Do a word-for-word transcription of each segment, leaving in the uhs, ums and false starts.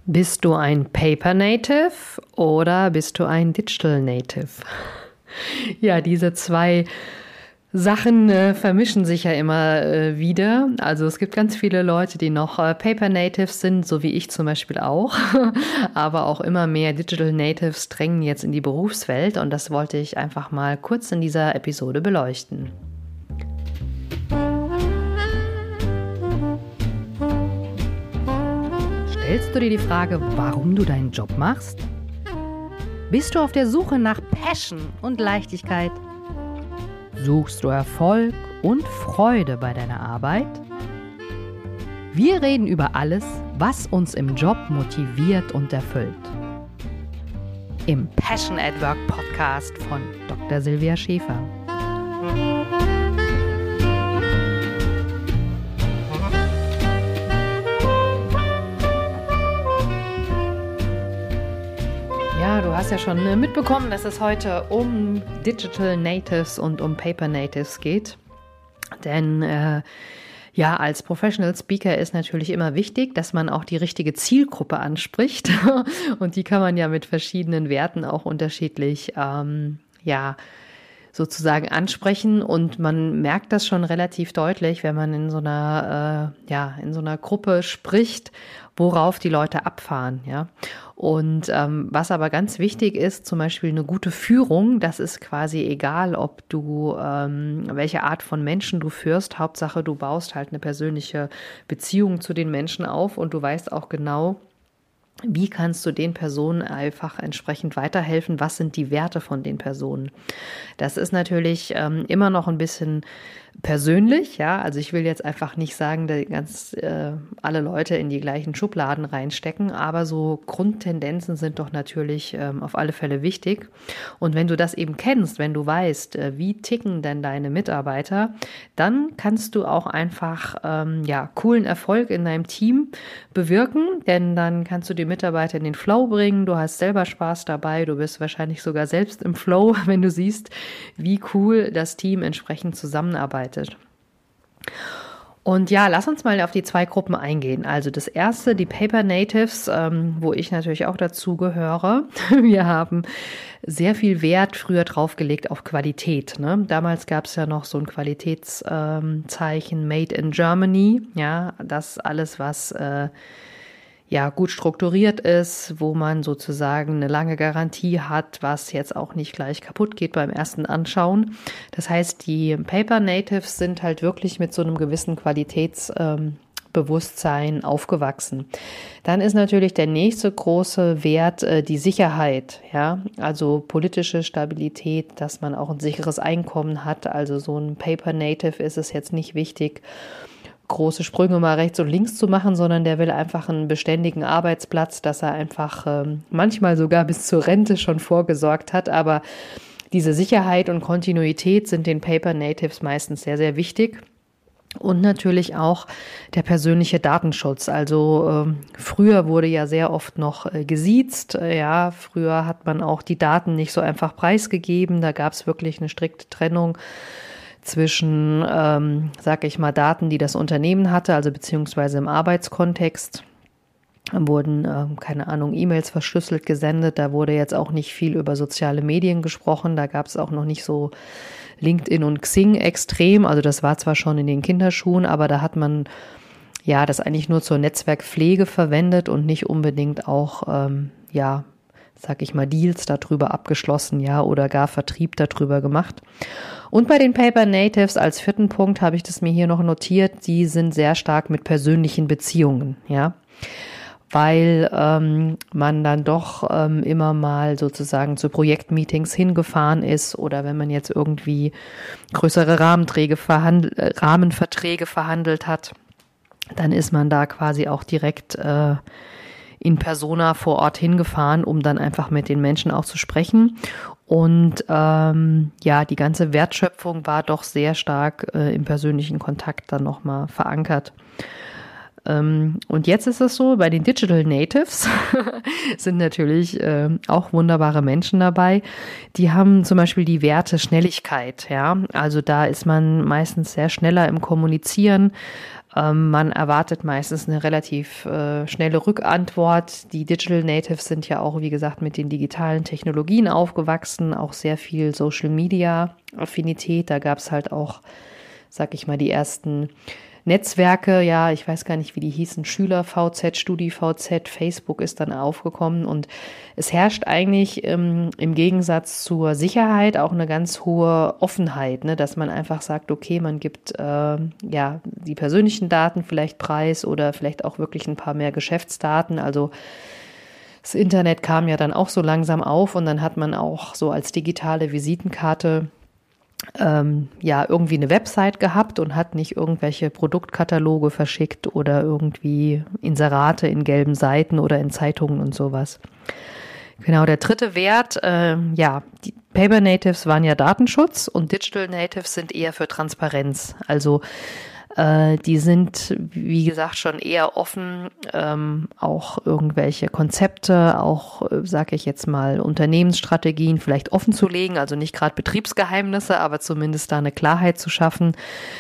Bist du ein Paper Native oder bist du ein Digital Native? Ja, diese zwei Sachen äh, vermischen sich ja immer äh, wieder. Also es gibt ganz viele Leute, die noch äh, Paper Natives sind, so wie ich zum Beispiel auch. Aber auch immer mehr Digital Natives drängen jetzt in die Berufswelt und das wollte ich einfach mal kurz in dieser Episode beleuchten. Stellst du dir die Frage, warum du deinen Job machst? Bist du auf der Suche nach Passion und Leichtigkeit? Suchst du Erfolg und Freude bei deiner Arbeit? Wir reden über alles, was uns im Job motiviert und erfüllt. Im Passion at Work Podcast von Doktor Silvia Schäfer. Ja, du hast ja schon mitbekommen, dass es heute um Digital Natives und um Paper Natives geht. Denn äh, ja, als Professional Speaker ist natürlich immer wichtig, dass man auch die richtige Zielgruppe anspricht. Und die kann man ja mit verschiedenen Werten auch unterschiedlich ähm, ja, sozusagen ansprechen. Und man merkt das schon relativ deutlich, wenn man in so einer, äh, ja, in so einer Gruppe spricht, worauf die Leute abfahren, ja. Und ähm, was aber ganz wichtig ist, zum Beispiel eine gute Führung, das ist quasi egal, ob du, ähm, welche Art von Menschen du führst, Hauptsache du baust halt eine persönliche Beziehung zu den Menschen auf und du weißt auch genau, wie kannst du den Personen einfach entsprechend weiterhelfen? Was sind die Werte von den Personen? Das ist natürlich ähm, immer noch ein bisschen persönlich, ja. Also ich will jetzt einfach nicht sagen, dass ganz äh, alle Leute in die gleichen Schubladen reinstecken, aber so Grundtendenzen sind doch natürlich ähm, auf alle Fälle wichtig. Und wenn du das eben kennst, wenn du weißt, äh, wie ticken denn deine Mitarbeiter, dann kannst du auch einfach ähm, ja coolen Erfolg in deinem Team bewirken, denn dann kannst du die Mitarbeiter in den Flow bringen, du hast selber Spaß dabei, du bist wahrscheinlich sogar selbst im Flow, wenn du siehst, wie cool das Team entsprechend zusammenarbeitet. Und ja, lass uns mal auf die zwei Gruppen eingehen. Also das erste, die Paper Natives, ähm, wo ich natürlich auch dazu gehöre. Wir haben sehr viel Wert früher drauf gelegt auf Qualität. Ne? Damals gab es ja noch so ein Qualitätszeichen ähm, Made in Germany. Ja, das alles, was äh, ja gut strukturiert ist, wo man sozusagen eine lange Garantie hat, was jetzt auch nicht gleich kaputt geht beim ersten Anschauen. Das heißt, die Paper Natives sind halt wirklich mit so einem gewissen Qualitätsbewusstsein ähm, aufgewachsen. Dann ist natürlich der nächste große Wert äh, die Sicherheit, ja, also politische Stabilität, dass man auch ein sicheres Einkommen hat. Also so ein Paper Native ist es jetzt nicht wichtig, große Sprünge mal rechts und links zu machen, sondern der will einfach einen beständigen Arbeitsplatz, dass er einfach ähm, manchmal sogar bis zur Rente schon vorgesorgt hat. Aber diese Sicherheit und Kontinuität sind den Paper Natives meistens sehr, sehr wichtig. Und natürlich auch der persönliche Datenschutz. Also ähm, früher wurde ja sehr oft noch äh, gesiezt. Äh, ja, früher hat man auch die Daten nicht so einfach preisgegeben. Da gab es wirklich eine strikte Trennung zwischen, ähm, sag ich mal, Daten, die das Unternehmen hatte, also beziehungsweise im Arbeitskontext. Dann wurden, ähm, keine Ahnung, E-Mails verschlüsselt gesendet. Da wurde jetzt auch nicht viel über soziale Medien gesprochen. Da gab es auch noch nicht so LinkedIn und Xing extrem. Also das war zwar schon in den Kinderschuhen, aber da hat man ja das eigentlich nur zur Netzwerkpflege verwendet und nicht unbedingt auch, ähm, ja, sag ich mal, Deals darüber abgeschlossen, ja, oder gar Vertrieb darüber gemacht. Und bei den Paper Natives als vierten Punkt habe ich das mir hier noch notiert, die sind sehr stark mit persönlichen Beziehungen, ja, weil ähm, man dann doch ähm, immer mal sozusagen zu Projektmeetings hingefahren ist oder wenn man jetzt irgendwie größere Rahmenträge verhandelt, äh, Rahmenverträge verhandelt hat, dann ist man da quasi auch direkt äh, in persona vor Ort hingefahren, um dann einfach mit den Menschen auch zu sprechen. Und ähm, ja, die ganze Wertschöpfung war doch sehr stark äh, im persönlichen Kontakt dann nochmal verankert. Ähm, und jetzt ist es so, bei den Digital Natives sind natürlich äh, auch wunderbare Menschen dabei. Die haben zum Beispiel die Werte Schnelligkeit, ja. Also da ist man meistens sehr schneller im Kommunizieren. Ähm, man erwartet meistens eine relativ äh, schnelle Rückantwort. Die Digital Natives sind ja auch, wie gesagt, mit den digitalen Technologien aufgewachsen, auch sehr viel Social Media Affinität. Da gab es halt auch, sag ich mal, die ersten Netzwerke, ja, ich weiß gar nicht, wie die hießen, Schüler-V Z, Studi-V Z, Facebook ist dann aufgekommen und es herrscht eigentlich ähm, im Gegensatz zur Sicherheit auch eine ganz hohe Offenheit, ne, dass man einfach sagt, okay, man gibt äh, ja die persönlichen Daten vielleicht preis oder vielleicht auch wirklich ein paar mehr Geschäftsdaten, also das Internet kam ja dann auch so langsam auf und dann hat man auch so als digitale Visitenkarte Ähm, ja, irgendwie eine Website gehabt und hat nicht irgendwelche Produktkataloge verschickt oder irgendwie Inserate in gelben Seiten oder in Zeitungen und sowas. Genau, der dritte Wert, äh, ja, die Paper Natives waren ja Datenschutz und Digital Natives sind eher für Transparenz. Also äh, die sind, wie gesagt, schon eher offen, ähm, auch irgendwelche Konzepte, auch, äh, sage ich jetzt mal, Unternehmensstrategien vielleicht offen zu legen, also nicht gerade Betriebsgeheimnisse, aber zumindest da eine Klarheit zu schaffen.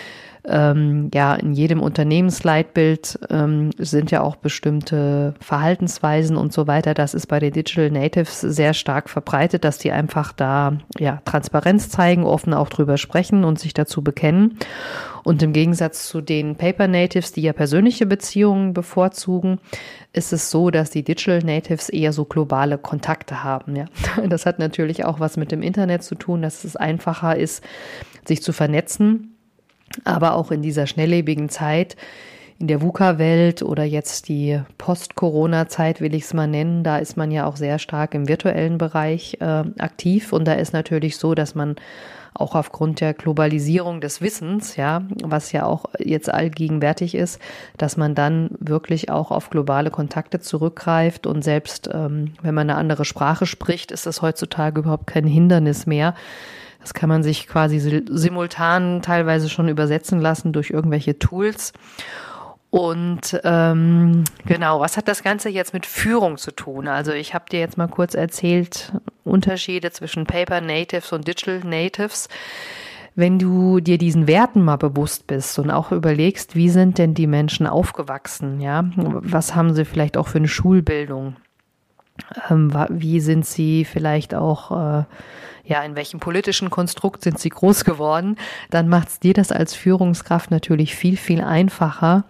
Ähm, ja, in jedem Unternehmensleitbild ähm, sind ja auch bestimmte Verhaltensweisen und so weiter. Das ist bei den Digital Natives sehr stark verbreitet, dass die einfach da ja Transparenz zeigen, offen auch drüber sprechen und sich dazu bekennen. Und im Gegensatz zu den Paper Natives, die ja persönliche Beziehungen bevorzugen, ist es so, dass die Digital Natives eher so globale Kontakte haben. Ja. Das hat natürlich auch was mit dem Internet zu tun, dass es einfacher ist, sich zu vernetzen. Aber auch in dieser schnelllebigen Zeit, in der VUCA-Welt oder jetzt die Post-Corona-Zeit, will ich es mal nennen, da ist man ja auch sehr stark im virtuellen Bereich äh, aktiv. Und da ist natürlich so, dass man auch aufgrund der Globalisierung des Wissens, ja, was ja auch jetzt allgegenwärtig ist, dass man dann wirklich auch auf globale Kontakte zurückgreift. Und selbst ähm, wenn man eine andere Sprache spricht, ist das heutzutage überhaupt kein Hindernis mehr. Das kann man sich quasi simultan teilweise schon übersetzen lassen durch irgendwelche Tools. Und ähm, genau, was hat das Ganze jetzt mit Führung zu tun? Also ich habe dir jetzt mal kurz erzählt, Unterschiede zwischen Paper Natives und Digital Natives. Wenn du dir diesen Werten mal bewusst bist und auch überlegst, wie sind denn die Menschen aufgewachsen, ja? Was haben sie vielleicht auch für eine Schulbildung? Ähm, wie sind sie vielleicht auch, äh, ja, in welchem politischen Konstrukt sind sie groß geworden? Dann macht es dir das als Führungskraft natürlich viel, viel einfacher,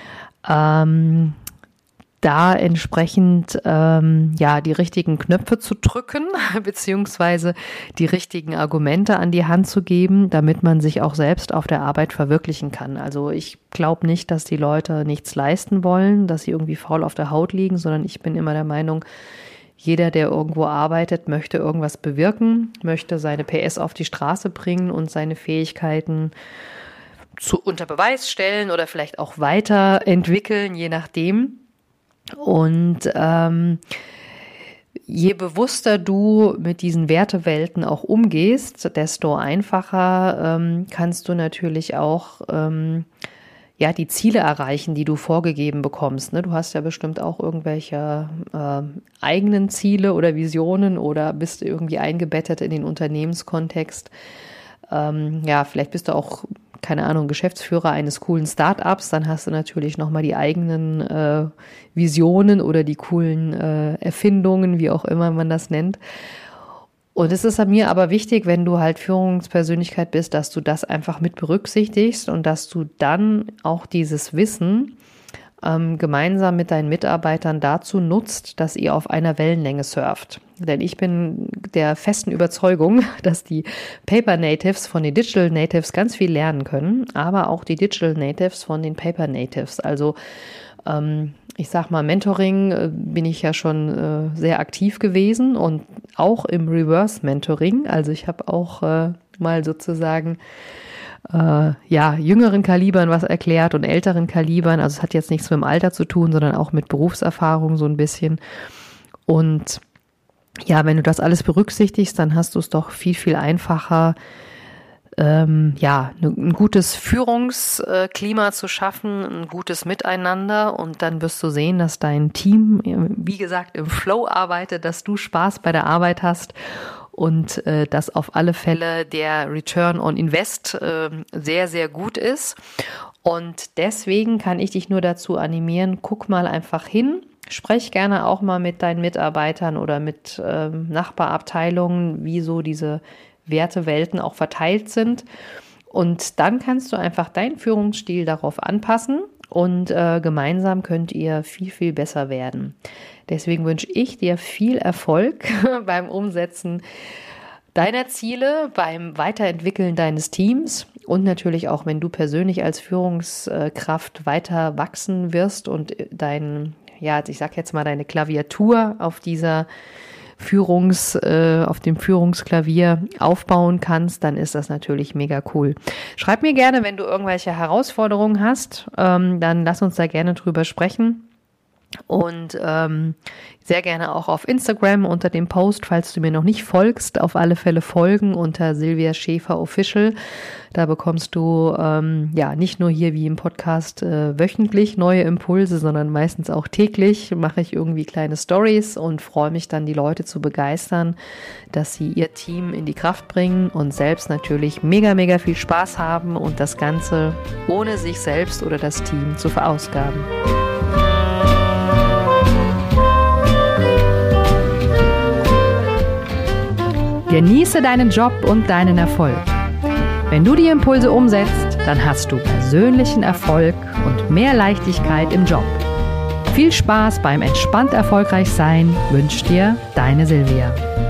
ähm, da entsprechend ähm, ja die richtigen Knöpfe zu drücken, beziehungsweise die richtigen Argumente an die Hand zu geben, damit man sich auch selbst auf der Arbeit verwirklichen kann. Also ich glaube nicht, dass die Leute nichts leisten wollen, dass sie irgendwie faul auf der Haut liegen, sondern ich bin immer der Meinung, jeder, der irgendwo arbeitet, möchte irgendwas bewirken, möchte seine P S auf die Straße bringen und seine Fähigkeiten zu, unter Beweis stellen oder vielleicht auch weiterentwickeln, je nachdem. Und ähm, je bewusster du mit diesen Wertewelten auch umgehst, desto einfacher ähm, kannst du natürlich auch ähm, ja die Ziele erreichen, die du vorgegeben bekommst. Ne? Du hast ja bestimmt auch irgendwelche äh, eigenen Ziele oder Visionen oder bist irgendwie eingebettet in den Unternehmenskontext. Ähm, ja, vielleicht bist du auch, keine Ahnung, Geschäftsführer eines coolen Start-ups, dann hast du natürlich nochmal die eigenen äh, Visionen oder die coolen äh, Erfindungen, wie auch immer man das nennt. Und es ist mir aber wichtig, wenn du halt Führungspersönlichkeit bist, dass du das einfach mit berücksichtigst und dass du dann auch dieses Wissen ähm, gemeinsam mit deinen Mitarbeitern dazu nutzt, dass ihr auf einer Wellenlänge surft. Denn ich bin der festen Überzeugung, dass die Paper Natives von den Digital Natives ganz viel lernen können, aber auch die Digital Natives von den Paper Natives. Also ähm, ich sag mal, Mentoring äh, bin ich ja schon äh, sehr aktiv gewesen und auch im Reverse Mentoring. Also ich habe auch äh, mal sozusagen äh, ja jüngeren Kalibern was erklärt und älteren Kalibern. Also es hat jetzt nichts mit dem Alter zu tun, sondern auch mit Berufserfahrung so ein bisschen. Und ja, wenn du das alles berücksichtigst, dann hast du es doch viel, viel einfacher, ähm, ja, ein gutes Führungsklima zu schaffen, ein gutes Miteinander, und dann wirst du sehen, dass dein Team, wie gesagt, im Flow arbeitet, dass du Spaß bei der Arbeit hast und äh, dass auf alle Fälle der Return on Invest äh, sehr, sehr gut ist. Und deswegen kann ich dich nur dazu animieren, guck mal einfach hin, sprech gerne auch mal mit deinen Mitarbeitern oder mit ähm, Nachbarabteilungen, wie so diese Wertewelten auch verteilt sind. Und dann kannst du einfach deinen Führungsstil darauf anpassen und äh, gemeinsam könnt ihr viel, viel besser werden. Deswegen wünsche ich dir viel Erfolg beim Umsetzen deiner Ziele, beim Weiterentwickeln deines Teams und natürlich auch, wenn du persönlich als Führungskraft weiter wachsen wirst und dein, ja, ich sag jetzt mal, deine Klaviatur auf dieser Führungs, äh, auf dem Führungsklavier aufbauen kannst, dann ist das natürlich mega cool. Schreib mir gerne, wenn du irgendwelche Herausforderungen hast, ähm, dann lass uns da gerne drüber sprechen. Und ähm, sehr gerne auch auf Instagram unter dem Post, falls du mir noch nicht folgst, auf alle Fälle folgen unter Silvia Schäfer Official. Da bekommst du ähm, ja nicht nur hier wie im Podcast äh, wöchentlich neue Impulse, sondern meistens auch täglich mache ich irgendwie kleine Stories und freue mich dann, die Leute zu begeistern, dass sie ihr Team in die Kraft bringen und selbst natürlich mega, mega viel Spaß haben und das Ganze ohne sich selbst oder das Team zu verausgaben. Genieße deinen Job und deinen Erfolg. Wenn du die Impulse umsetzt, dann hast du persönlichen Erfolg und mehr Leichtigkeit im Job. Viel Spaß beim entspannt erfolgreich sein wünscht dir deine Silvia.